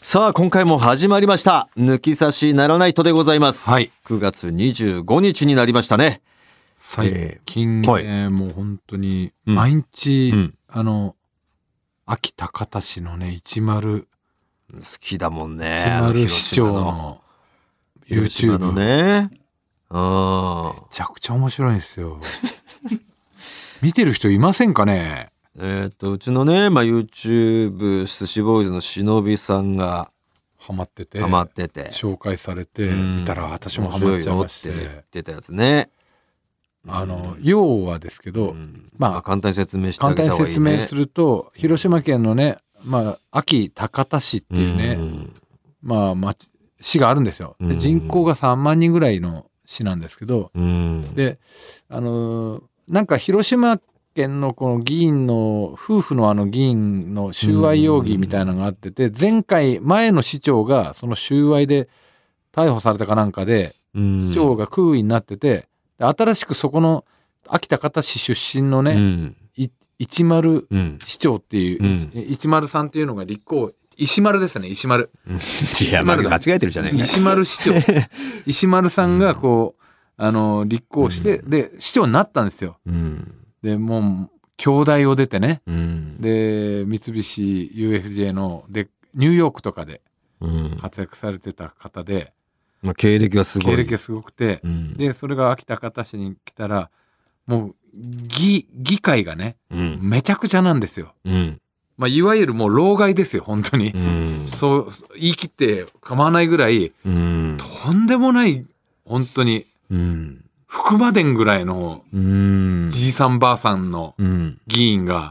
さあ今回も始まりました抜き差しならないとでございます、 はい、 9月25日になりましたね。 最近、 はいもう本当に毎日、秋高田市のね好きだもんね。 10市長の YouTube のね、 めちゃくちゃ面白いんですよ見てる人いませんかね。 うちのね、YouTube 寿司ボーイズの忍びさんがハマってて紹介されて見たら私もハマっちゃいまして、 言ってたやつね。 要はですけど、 簡単に説明してあげた方がいいね。 簡単に説明すると、広島県のね、安芸高田市っていうね、市があるんですよ。で人口が3万人ぐらいの市なんですけど、でなんか広島県のこの議員の夫婦の議員の収賄容疑みたいなのがあってて、前の市長がその収賄で逮捕されたかなんかで、市長が空位になってて、新しくそこの安芸高田市出身のね、一丸市長っていう、一丸さんっていうのが石丸ですね、石丸。 いや、間違えてるじゃねえか。 石丸市長。石丸さんが立候補して、で、市長になったんですよ。で、もう、京大を出てね、で、三菱 UFJ の、で、ニューヨークとかで活躍されてた方で、 経歴がすごい。 経歴がすごくて、で、それが秋田高田市に来たら、もう、議会がね、めちゃくちゃなんですよ。いわゆるもう老害ですよ、本当に。そう言い切って構わないぐらい、とんでもない、本当に、福間伝ぐらいのじいさんばあさんの議員が、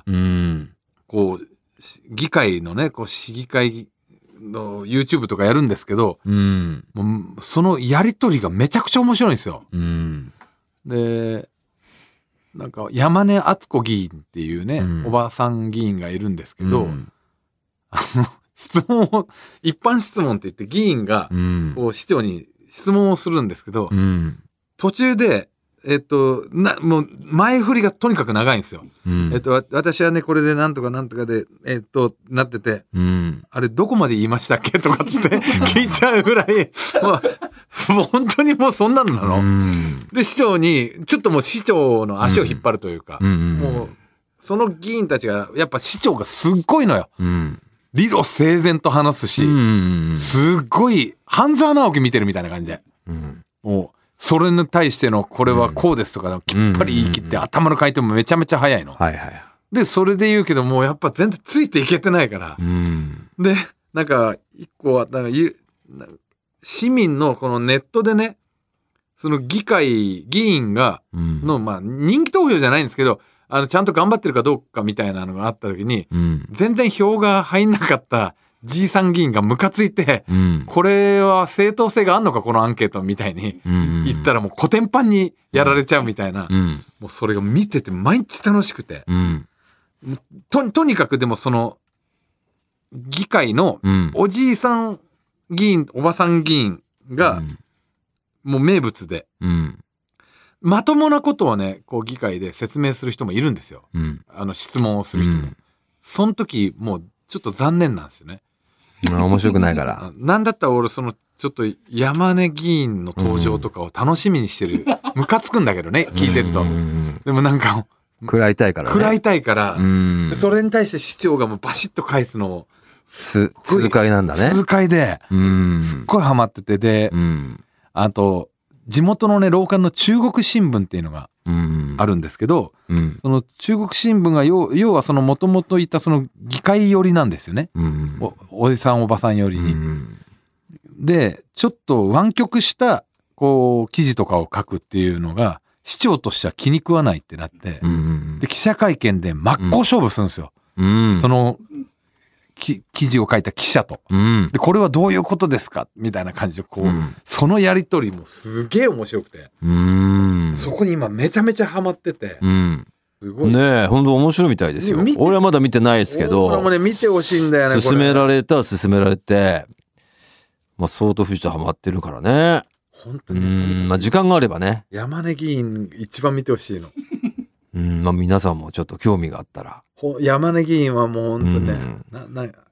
議会のね、市議会の YouTube とかやるんですけど、もうそのやりとりがめちゃくちゃ面白いんですよ。で、なんか山根敦子議員っていうね、おばさん議員がいるんですけど、一般質問って言って議員が市長に質問をするんですけど、途中で、もう前振りがとにかく長いんですよ。私はね、これでなんとかなんとかで、なってて、あれどこまで言いましたっけとかつって聞いちゃうぐらい、もう本当にもうそんなのなの。で、市長に、ちょっともう市長の足を引っ張るというか、もう、その議員たちが、やっぱ市長がすっごいのよ。理路整然と話すし、すっごい、半沢直樹見てるみたいな感じで。もう、それに対してのこれはこうですとか、きっぱり言い切って頭の回転もめちゃめちゃ早いの。で、それで言うけども、やっぱ全然ついていけてないから。で、なんか、一個は、市民のこのネットでね、その議員が、人気投票じゃないんですけど、ちゃんと頑張ってるかどうかみたいなのがあった時に、全然票が入んなかったじいさん議員がムカついて、これは正当性があんのかこのアンケートみたいに言ったらもうコテンパンにやられちゃうみたいな、もうそれが見てて毎日楽しくて、とにかくでもその議会のおじいさん議員、おばさん議員がもう名物で、まともなことをね、議会で説明する人もいるんですよ。質問をする人も。その時もうちょっと残念なんですよね。 面白くないから。 なんだったら俺ちょっと山根議員の登場とかを楽しみにしてる。ムカつくんだけどね、聞いてると。でもなんか、 食らいたいからね。 食らいたいから、それに対して市長がもうバシッと返すのを、 痛快なんだね。 痛快で、すっごいハマってて、で、あと、地元のね、ローカルの中国新聞っていうのがあるんですけど、その中国新聞が要はその元々いたその議会寄りなんですよね。おじさんおばさん寄りに。で、ちょっと湾曲した記事とかを書くっていうのが市長としては気に食わないってなって、で記者会見で真っ向勝負するんですよ。その記事を書いた記者と、でこれはどういうことですかみたいな感じでそのやり取りもすげえ面白くて、そこに今めちゃめちゃハマってて、すごいねえ、本当面白いみたいですよ。俺はまだ見てないですけど、 俺もね見てほしいんだよね。 勧められて、相当藤田ハマってるからね。 本当に時間があればね。 山根議員一番見てほしいの。 皆さんもちょっと興味があったら。 山根議員はもう本当ね、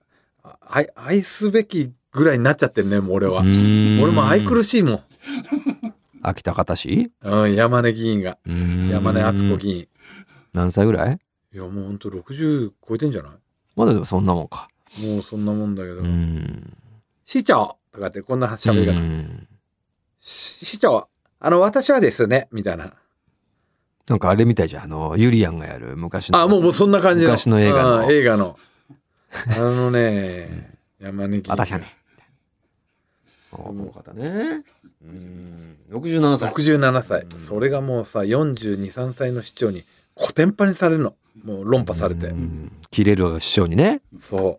愛すべきぐらいになっちゃってんね、もう俺は。俺も愛くるしいもん。 秋田方市、 山根議員が。山根敦子議員。 何歳ぐらい？ いや、もうほんと60超えてんじゃない？ まだでもそんなもんか。 もうそんなもんだけど。市長とかってこんな喋り方。市長、私はですね、みたいな。 なんかあれみたいじゃん。ユリアンがやる昔の。 もうそんな感じの。 昔の映画の。 山根議員。 私はね。この方ね。67歳。 67歳。それがもうさ、42、3歳の市長にコテンパにされるの。もう論破されて。 切れる市長にね。 そう。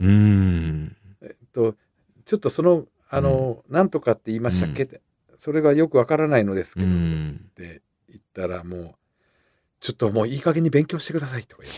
ちょっとなんとかって言いましたっけって。それがよくわからないのですけど。って言ったらもう、ちょっともういい加減に勉強してくださいとか言って。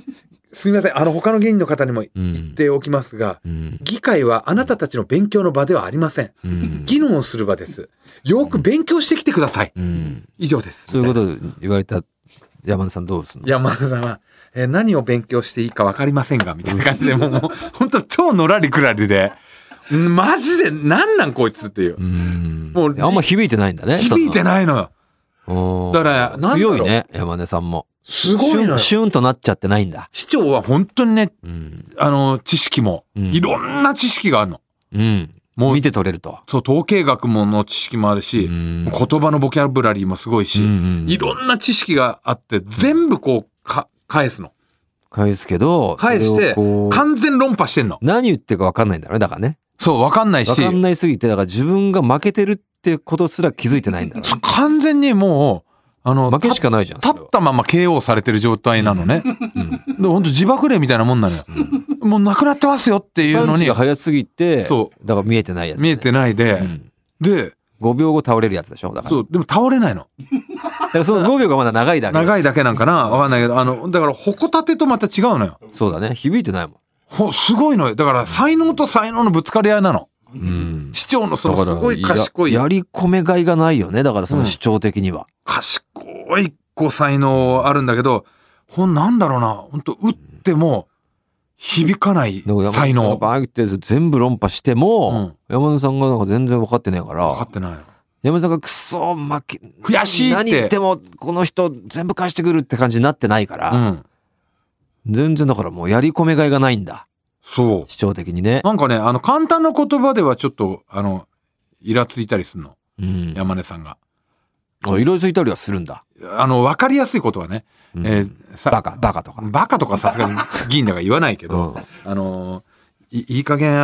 すみません。他の議員の方にも言っておきますが、議会はあなたたちの勉強の場ではありません。議論をする場です。よく勉強してきてください。以上です。 そういうことを言われた山根さんどうするの？ 山根さんは、何を勉強していいか分かりませんが、みたいな感じで、もう本当超のらりくらりで、マジでなんこいつっていう。 もうあんま響いてないんだね。 響いてないのよ。だから、 強いね、山根さんも。 すごいのよ。 シュンとなっちゃってないんだ。 市長は本当にね、知識も、いろんな知識があるの。 もう見て取れると。 そう、統計学もの知識もあるし、言葉のボキャブラリーもすごいし、いろんな知識があって、全部こう、返すの。 返すけど、 返して、完全論破してんの。 何言ってるか分かんないんだろうね、だからね。 そう、分かんないし。 分かんないすぎて、だから自分が負けてるってことすら気づいてないんだろうね。 完全にもう、 負けしかないじゃん。 立ったまま KO されてる状態なのね。で本当自爆霊みたいなもんなのよ。もうなくなってますよっていうのに。 パンチが早すぎて、 そう。 だから見えてないやつ、ね。 見えてないで、で、 5秒後倒れるやつでしょだから。 そう、でも倒れないの。 だからその5秒がまだ長いだけ。 長いだけなんかなわかんないけど、だから、ほこたてとまた違うのよ。 そうだね。響いてないもん。すごいのよ。だから、才能と才能のぶつかり合いなの。市長のそのすごい賢い。 やり込めがいがないよね。だからその市長的には。 賢い才能あるんだけど、なんだろうな。本当打っても、響かない才能。 バーって全部論破しても、山根さんがなんか全然分かってないから。 分かってないの。 山根さんがクソ悔しいって。 何言ってもこの人全部返してくるって感じになってないから。全然だからもうやり込めがいがないんだ。 そう。 市長的にね。 なんかね、簡単な言葉ではちょっと、イラついたりするの。山根さんが。 イラついたりはするんだ。 わかりやすいことはね。 バカとか。 バカとかさすがに議員だから言わないけど、いい加減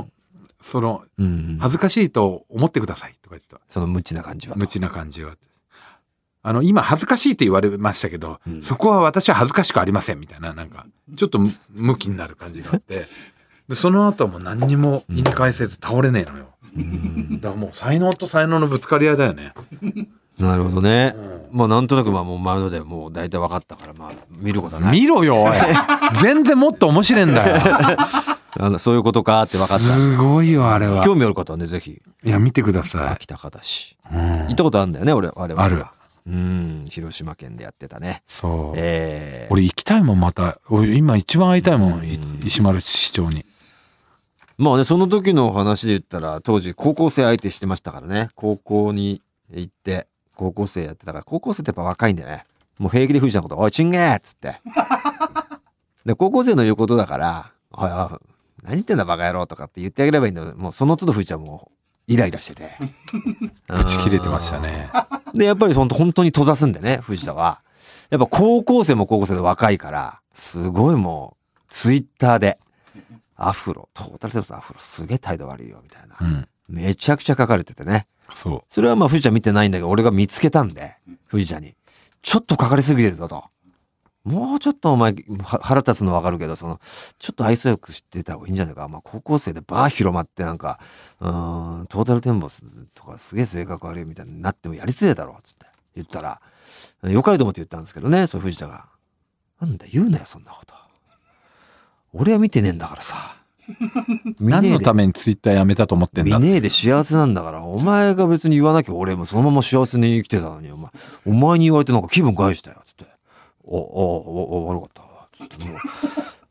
恥ずかしいと思ってくださいとか言ってた。 その無知な感じは。 無知な感じは。今恥ずかしいって言われましたけど、そこは私は恥ずかしくありませんみたいな、なんか、ちょっとムキになる感じがあって、で、その後も何にも言い返せず倒れねえのよ。だからもう才能と才能のぶつかり合いだよね。 なるほどね。まあなんとなくもう前のでもう大体分かったから見ることはない。 見ろよおい。全然もっと面白いんだよ。そういうことかって分かった。 すごいよあれは。 興味ある方はねぜひ。 いや見てください。 秋田方市。行ったことあるんだよね我々は。 ある。 広島県でやってたね。 そう。俺行きたいもんまた。俺今一番会いたいもん石丸市長に。 まあねその時の話で言ったら当時高校生相手してましたからね。高校に行って。高校生やってたから高校生ってやっぱ若いんでねもう平気で藤田のこと「おいチンゲー!」っつってで高校生の言うことだから「おいおい何言ってんだバカ野郎」とかって言ってあげればいいんだけどもうその都度藤田もイライラしててぶち切れてましたね。 でやっぱり本当に閉ざすんでね藤田はやっぱ高校生も高校生で若いからすごいもうツイッターでアフロトータルセブンスアフロすげえ態度悪いよみたいな、めちゃくちゃ書かれててね。それはまあ藤ちゃん見てないんだけど俺が見つけたんで藤ちゃんにちょっと書かれすぎてるぞともうちょっとお前腹立つの分かるけどちょっと愛想よく知ってた方がいいんじゃないか。まあ高校生でバー広まってなんかトータルテンボスとかすげえ性格悪いみたいになってもやりづれえだろっつって言ったらよかれと思って言ったんですけどねそう藤田がなんだ言うなよそんなこと俺は見てねえんだからさ何のためにツイッターやめたと思ってんだ。 見ねえで幸せなんだからお前が別に言わなきゃ俺もそのまま幸せに生きてたのにお前に言われてなんか気分害したよつって悪かったわつっても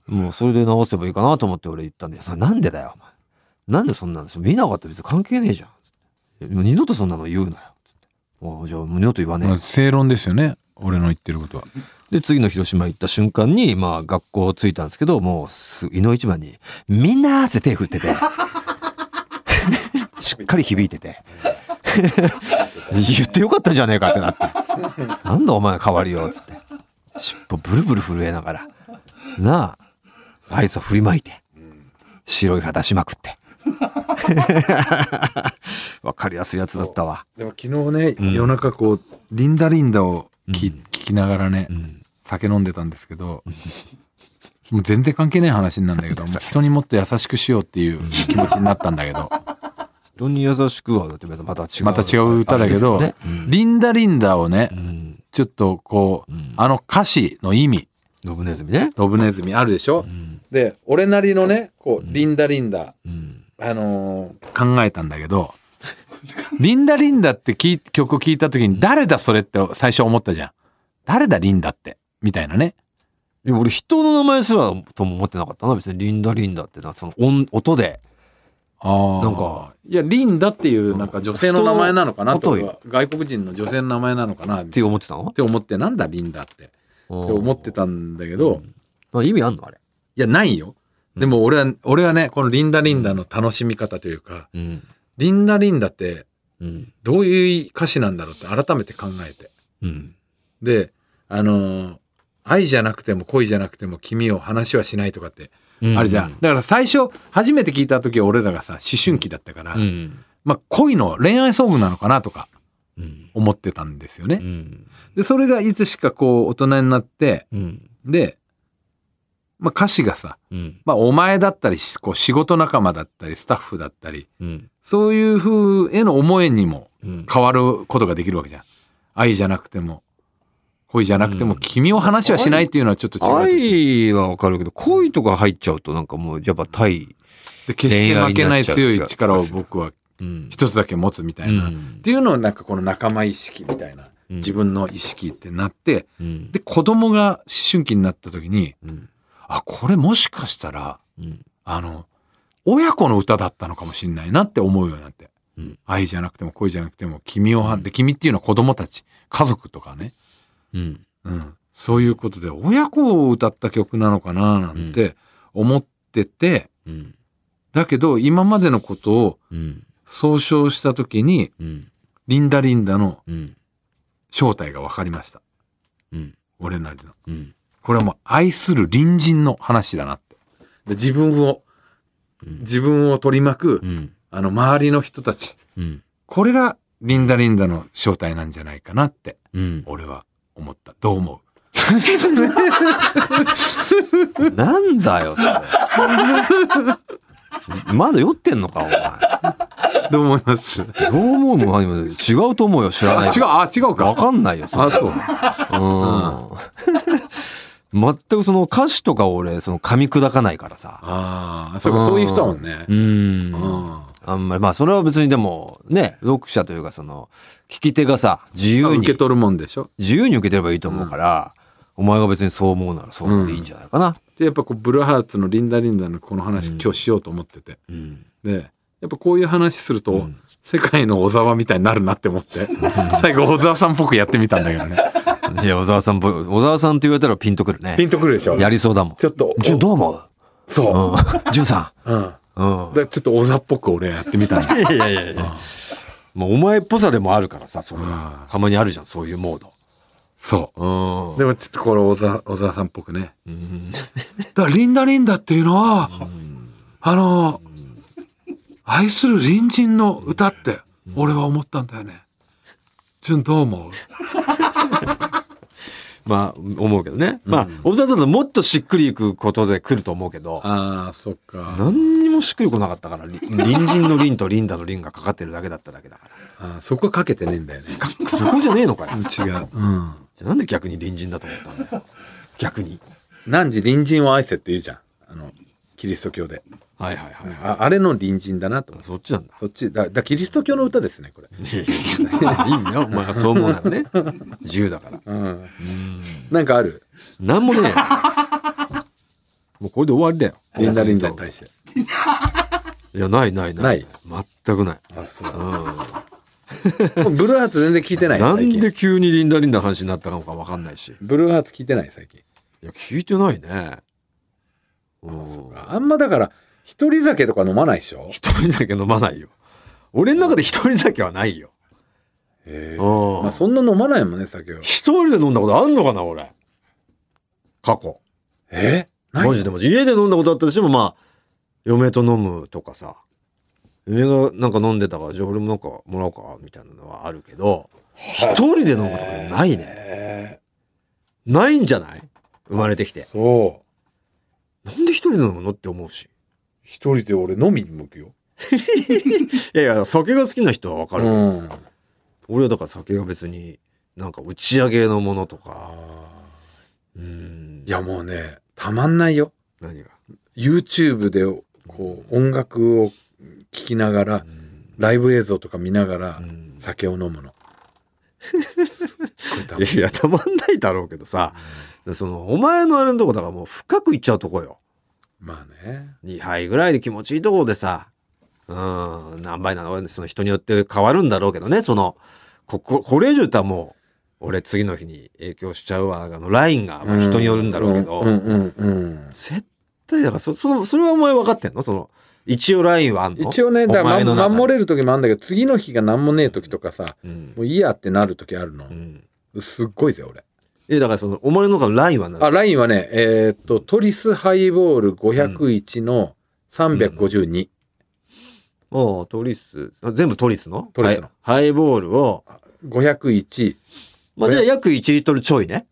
もうそれで直せばいいかなと思って俺言ったんだよ。なんでだよお前。なんでそんなの見なかったら別に関係ねえじゃん。もう二度とそんなの言うなよ。じゃあ二度と言わねえ。 正論ですよね。俺の言ってることは。 で次の広島行った瞬間にまあ学校着いたんですけど、もう井の一番にみんなーって手振っててしっかり響いてて言ってよかったんじゃねえかってなってなんだお前代わりよっつって尻尾ブルブル震えながらなあアイスを振りまいて白い歯出しまくってわかりやすいやつだったわ。 でも昨日ね、夜中こうリンダリンダを聞きながらね、酒飲んでたんですけど、もう全然関係ない話なんだけど、もう人にもっと優しくしようっていう気持ちになったんだけど人に優しくはだってまた違う歌だけど、 ねリンダリンダをね、ちょっとこう、歌詞の意味、 ドブネズミね、 ドブネズミあるでしょ、で俺なりのねこうリンダリンダ、考えたんだけどリンダリンダって曲聴いた時に誰だそれって最初思ったじゃん。誰だリンダってみたいなね。 いや俺人の名前すらとも思ってなかったな別に。リンダリンダってその音でなんかいやリンダっていうなんか女性の名前なのかなとか外国人の女性の名前なのかなって思ってたのって思って、なんだリンダって思ってたんだけど、 意味あんのあれ。 いやないよ。でも俺はねこのリンダリンダの楽しみ方というか、リンダリンダってどういう歌詞なんだろうって改めて考えて、で愛じゃなくても恋じゃなくても君を話はしないとかってあるじゃん。だから最初初めて聞いた時は俺らがさ思春期だったから、まあ恋の恋愛ソングなのかなとか思ってたんですよね。でそれがいつしかこう大人になって、で、まあ、歌詞がさ、まあお前だったりこう仕事仲間だったりスタッフだったり、そういう風への思いにも変わることができるわけじゃん。愛じゃなくても恋じゃなくても君を話はしないっていうのはちょっと違う。 愛はわかるけど恋とか入っちゃうとなんかもうやっぱ対で決して負けない強い力を僕は一つだけ持つみたいな、っていうのをなんかこの仲間意識みたいな、自分の意識ってなって、で子供が思春期になった時に、あこれもしかしたら、親子の歌だったのかもしれないなって思うようになって、愛じゃなくても恋じゃなくても君をで君っていうのは子供たち家族とかね、そういうことで親子を歌った曲なのかななんて思ってて、だけど今までのことを総称した時に、リンダリンダの正体が分かりました、俺なりの、これはもう愛する隣人の話だなって。で自分を取り巻く、周りの人たち、これがリンダリンダの正体なんじゃないかなって、俺は思った。どう思うなんだよそれまだ酔ってんのかお前。 どう思います？ どう思うの？違うと思うよ。知らない。 違うか。 わかんないよ。 そう。 全くその歌詞とか俺噛み砕かないからさ。 そういう人だもんね。 あんまりまあそれは別にでもね読者というか聞き手がさ自由に受け取るもんでしょ。 自由に受け取ればいいと思うから、お前が別にそう思うならそうでいいんじゃないかな。 でやっぱブルーハーツのリンダリンダのこの話、今日しようと思ってて、でやっぱこういう話すると、世界の小沢みたいになるなって思って、最後小沢さんっぽくやってみたんだけどね。 いや小沢さんって言われたらピンとくるね。 ピンとくるでしょ。やりそうだもん。 ちょっとどう思う？ そう。 ジュンさん。 ちょっと小沢っぽく俺やってみたんだ。 いや。もうお前っぽさでもあるからさ、それはたまにあるじゃん、そういうモード。 そう。でもちょっとこれ小沢さんっぽくね。だからリンダリンダっていうのは、愛する隣人の歌って俺は思ったんだよね。ジュンどう思う？まあ思うけどね。まあ小沢さんともっとしっくりいくことで来ると思うけど。 そっか。 何にもしっくりこなかったから、隣人のリンとリンダのリンがかかってるだけだっただけだから。 そこかけてねえんだよね。 そこじゃねえのかよ。 違う。じゃあなんで逆に隣人だと思ったんだよ。逆に。 汝隣人を愛せって言うじゃん。キリスト教で。あれの隣人だなと。 そっちなんだ。 そっちだキリスト教の歌ですねこれ。 いいんだよお前がそう思うならね。自由だから。 なんかある？ なんもねもうこれで終わりだよ。 リンダリンダに対して。 いや、ない全くない。 あ、そう。ブルーハーツ全然聞いてない。 なんで急にリンダリンダの話になったのか分かんないし。 ブルーハーツ聞いてない最近。 いや、聞いてないね。 あんまだから一人酒とか飲まないでしょ。 一人酒飲まないよ。俺の中で一人酒はないよ。 まあ、そんな飲まないもんね、酒を。 一人で飲んだことあんのかな俺。過去。マジでも家で飲んだことあったとしても、まあ嫁と飲むとかさ、嫁がなんか飲んでたから、じゃあ俺もなんかもらおうかみたいなのはあるけど、一人で飲むことないね。ないんじゃない？生まれてきて。 そう。 なんで一人で飲むのって思うし。 一人で俺飲みに向くよ。 いやいや、酒が好きな人はわかるんですよ。俺はだから酒が別になんか打ち上げのものとか。 いやもうね、たまんないよ。 何が？ YouTube でこう音楽を聴きながら、ライブ映像とか見ながら酒を飲むの。 いやたまんないだろうけどさ、そのお前のあれのとこだからもう深くいっちゃうとこよ。 まあね。 2杯ぐらいで気持ちいいところでさ、何杯なの？その人によって変わるんだろうけどね。これ以上言ったらもう俺次の日に影響しちゃうわ。ラインが人によるんだろうけど、絶対だからそれはお前分かってんの？一応ラインはあんの？ 一応ね、だから守れる時もあるんだけど、次の日が何もねえ時とかさ、もういいやってなる時あるの。すっごいぜ俺。 だからお前の中のラインは何？ ラインはね、トリスハイボール501の352。 トリス、全部トリスの？ トリスの。 ハイボールを 501。 まあじゃあ約1リットルちょいね。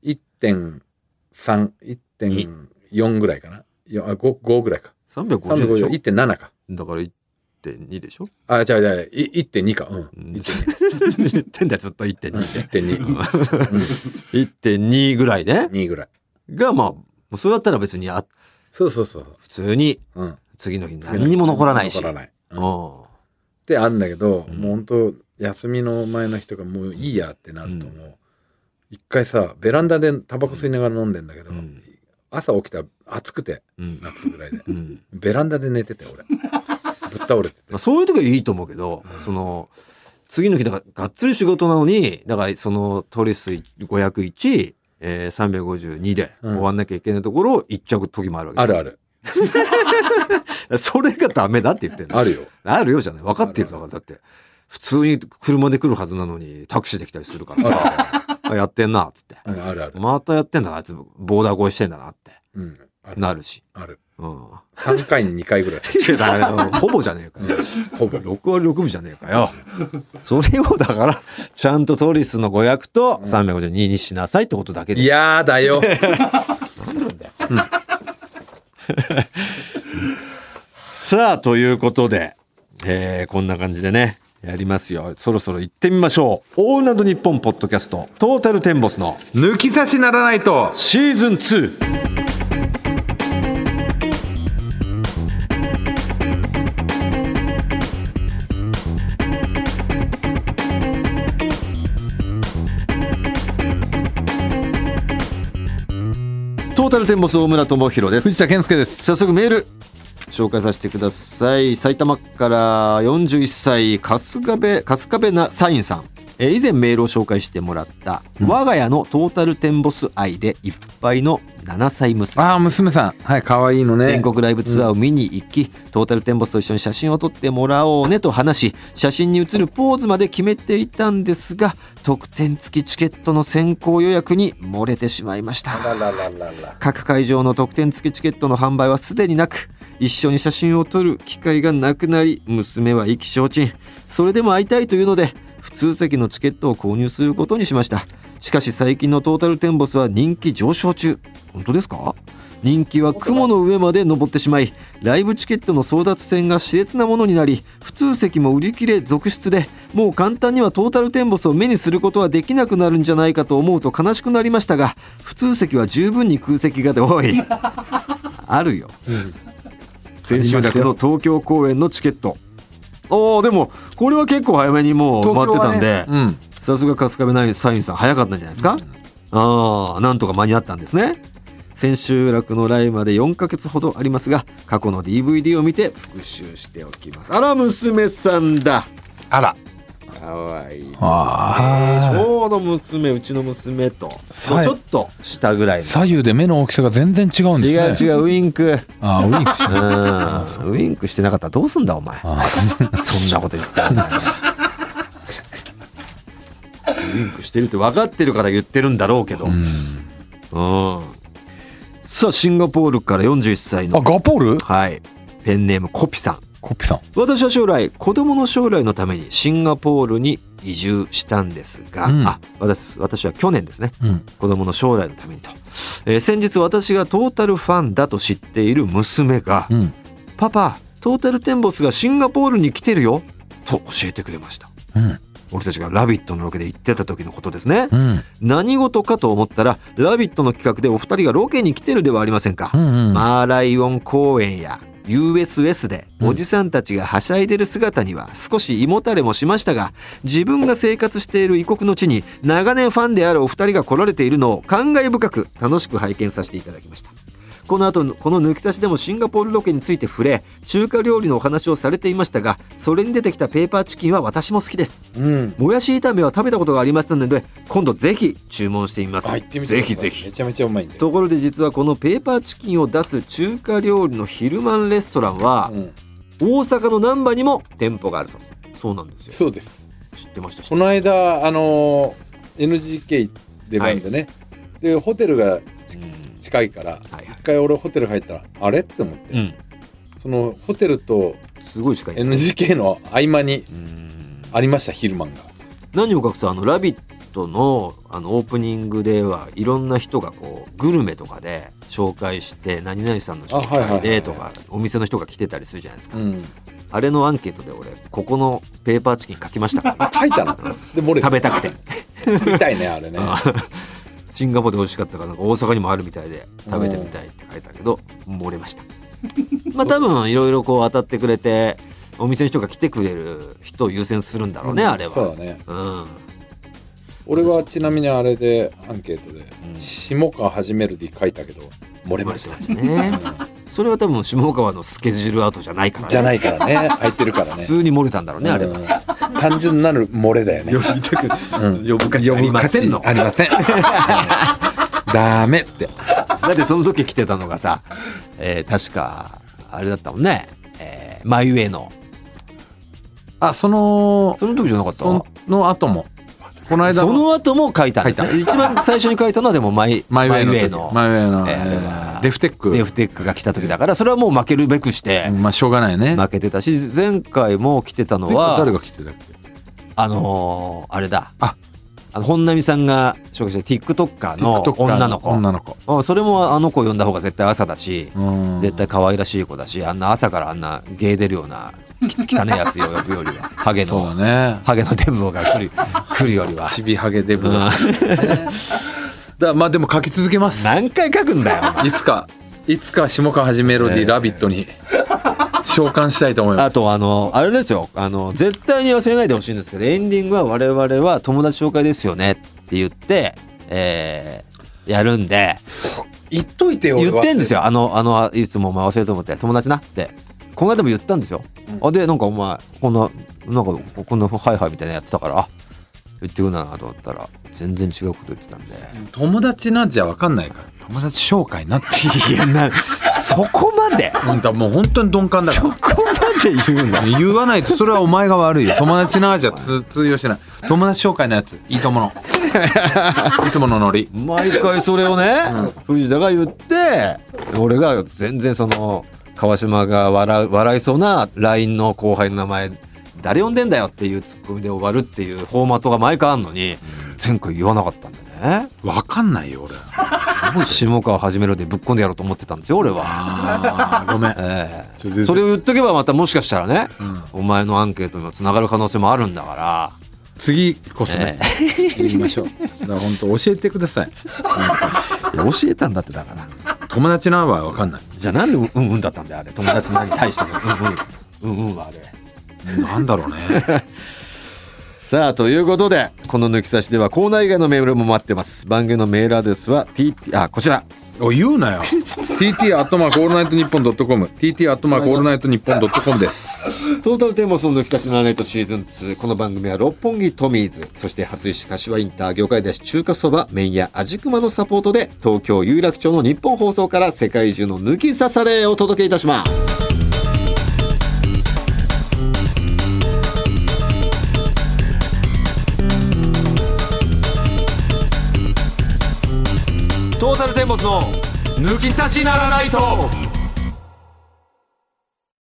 1.3、1.4 ぐらいかな。5ぐらいか。 350でしょ？ 1.7 か。 だから 1.2 でしょ？ 違う、1.2 か。 言ってんだよ、ずっと 1.2 で。 1.2。 1.2 ぐらいね。 2ぐらい。 が、まあ、それだったら別にそう。 普通に、次の日何にも残らないし。 残らない。ってあるんだけど、もうほんと、休みの前の日とかもういいやってなるともう、一回さ、ベランダでタバコ吸いながら飲んでんだけど、朝起きたら暑くて、夏ぐらいで。ベランダで寝てて、俺。ぶっ倒れてて。 そういう時はいいと思うけど、次の日だからがっつり仕事なのに、だからトリス501、352で終わんなきゃいけないところを行っちゃう時もあるわけ。 ある。 それがダメだって言ってんの。 あるよ。 あるよじゃない。分かってるだから。だって、普通に車で来るはずなのにタクシーで来たりするからさ、やってんな、っつって。 ある。 またやってんだな、あいつボーダー越えしてんだなって。なるし。 ある。3回に2回ぐらい。 ほぼじゃねえかよ。ほぼ。6割6分じゃねえかよ。それをだから、ちゃんとトリスの500と352にしなさいってことだけで。 いやだよ。 なんなんだよ。さあ、ということで、こんな感じでね、やりますよ。そろそろ行ってみましょう。オールナイトニッポンポッドキャスト、トータルテンボスの抜き差しならないとシーズン2。トータルテンボス大村智弘です。 藤田健介です。 早速メール紹介させてください。埼玉から41歳春日部なサインさん、以前メールを紹介してもらった、我が家のトータルテンボス愛でいっぱいの7歳娘。 娘さん、はい、可愛いのね。 全国ライブツアーを見に行き、トータルテンボスと一緒に写真を撮ってもらおうねと話し、写真に写るポーズまで決めていたんですが、特典付きチケットの先行予約に漏れてしまいました。各会場の特典付きチケットの販売はすでになく、一緒に写真を撮る機会がなくなり、娘は意気消沈。それでも会いたいというので、普通席のチケットを購入することにしました。しかし最近のトータルテンボスは人気上昇中。本当ですか？人気は雲の上まで登ってしまい、ライブチケットの争奪戦が熾烈なものになり、普通席も売り切れ続出で、もう簡単にはトータルテンボスを目にすることはできなくなるんじゃないかと思うと悲しくなりましたが、普通席は十分に空席が多い。あるよ、千秋楽の東京公演のチケット。でもこれは結構早めにもう埋まってたんで、さすが春日部ナインサインさん早かったんじゃないですか。なんとか間に合ったんですね。 千秋楽の来まで4ヶ月ほどありますが、過去の DVD を見て復習しておきます。あら、娘さんだ。 あら、 かわいいですね。ちあーょうど娘、うちの娘とちょっと下ぐらいの。 左右で目の大きさが全然違うんですね。 違うウインク。 あー、ウインクしてる。 ウインクしてなかったらどうすんだお前。そんなこと言ったらウインクしてるって分かってるから言ってるんだろうけど、さあシンガポールから41歳のガポール、 はい、ペンネームコピさん。 コピさん。 私は将来子供の将来のためにシンガポールに移住したんですが、私は去年ですね、子供の将来のためにと、先日私がトータルファンだと知っている娘が、パパトータルテンボスがシンガポールに来てるよと教えてくれました。俺たちがラビットのロケで行ってた時のことですね。何事かと思ったらラビットの企画でお二人がロケに来てるではありませんか。マーライオン公園や USS でおじさんたちがはしゃいでる姿には少し胃もたれもしましたが、自分が生活している異国の地に長年ファンであるお二人が来られているのを感慨深く楽しく拝見させていただきました。この後この抜き差しでもシンガポールロケについて触れ、中華料理のお話をされていましたが、それに出てきたペーパーチキンは私も好きです、もやし炒めは食べたことがありましたので今度ぜひ注文してみます。ぜひぜひ。 めちゃめちゃうまいんで。 ところで実はこのペーパーチキンを出す中華料理のヒルマンレストランは、大阪の難波にも店舗があるそうです。そうなんですよ。 そうです。 知ってました。 この間NGK 出番でね、でホテルが近いから一回俺ホテル入ったらあれって思って、そのホテルとすごい近い NGK の合間にありました、ヒルマンが。 何を隠すラビットのオープニングではいろんな人がこうグルメとかで紹介して何々さんの紹介でとかお店の人が来てたりするじゃないですか、あれのアンケートで俺ここのペーパーチキン書きましたから、 書いたので漏れ食べたくてみたいねあれねシンガポールで美味しかったからなんか大阪にもあるみたいで食べてみたいって書いたけど漏れましたまあ多分いろいろこう当たってくれてお店の人が来てくれる人を優先するんだろうね、あれは。 そうだね、俺はちなみにあれでアンケートで下川始めるで書いたけど漏れましたねそれは多分下川のスケジュールアウトじゃないからね。 じゃないからね、入ってるからね。 普通に漏れたんだろうね、あれは。 単純なる漏れだよね。 呼ぶ価値ありませんの。 ありません。ダメって。 だってその時来てたのがさ、確かあれだったもんね、マイウェイの。その時じゃなかった？ その後も。この間その後も書いたんですね。一番最初に書いたのはでもマイウェイのデフテックが来た時だから、それはもう負けるべくしてまあしょうがないね、 負けてたし、前回も来てたのは誰が来てたっけ？ あれだ、本並さんが紹介した TikToker の女の子、それもあの子呼んだ方が絶対朝だし、絶対可愛らしい子だし、あんな朝からあんな芸出るような汚ねえやつを呼ぶよりはハゲのデブが来るよりはちびハゲデブまあでも書き続けます。 何回書くんだよいつか下川はじメロディーラビットに召喚したいと思います。 あとあれですよ、絶対に忘れないでほしいんですけど、エンディングは我々は友達紹介ですよねって言って、やるんで言っといてよ。 言ってんですよ。いつも忘れると思って友達なってこの間も言ったんですよ、でなんかお前こんなハイハイみたいなやってたから言ってくるなと思ったら全然違うこと言ってたんで、 友達なんじゃ分かんないから友達紹介になってそこまでもう本当に鈍感だからそこまで言うの言わないとそれはお前が悪いよ。友達なじゃ通用してない。友達紹介のやついいと思うのいつものノリ毎回それをね、藤田が言って俺が全然その川島が笑いそうな LINE の後輩の名前誰呼んでんだよっていうツッコミで終わるっていうフォーマットが毎回あんのに前回言わなかったんだね。 分かんないよ俺下川始めるでぶっこんでやろうと思ってたんですよ俺は。 ごめん、 それを言っとけばまたもしかしたらね、お前のアンケートにもつながる可能性もあるんだから次こそね、言いましょう。だから本当教えてください教えたんだって。だから友達なは分かんない。 じゃあなんでうんだったんだよあれ。友達なに対してのはあれなんだろうねさあということでこの抜き差しではコーナー以外のメールも待ってます。番組のメールアドレスはこちらお言うなよTT アットマークオールナイトニッポンドットコム TT アットマークオールナイトニッポンドットコムです。 トータルテンボスの抜き差しならないとシーズン2。この番組は六本木トミーズ、そして初石柏インター、魚介だし中華そば麺屋味熊のサポートで東京有楽町の日本放送から世界中の抜き差されをお届けいたします。トータルテンボスの抜き差しならないと。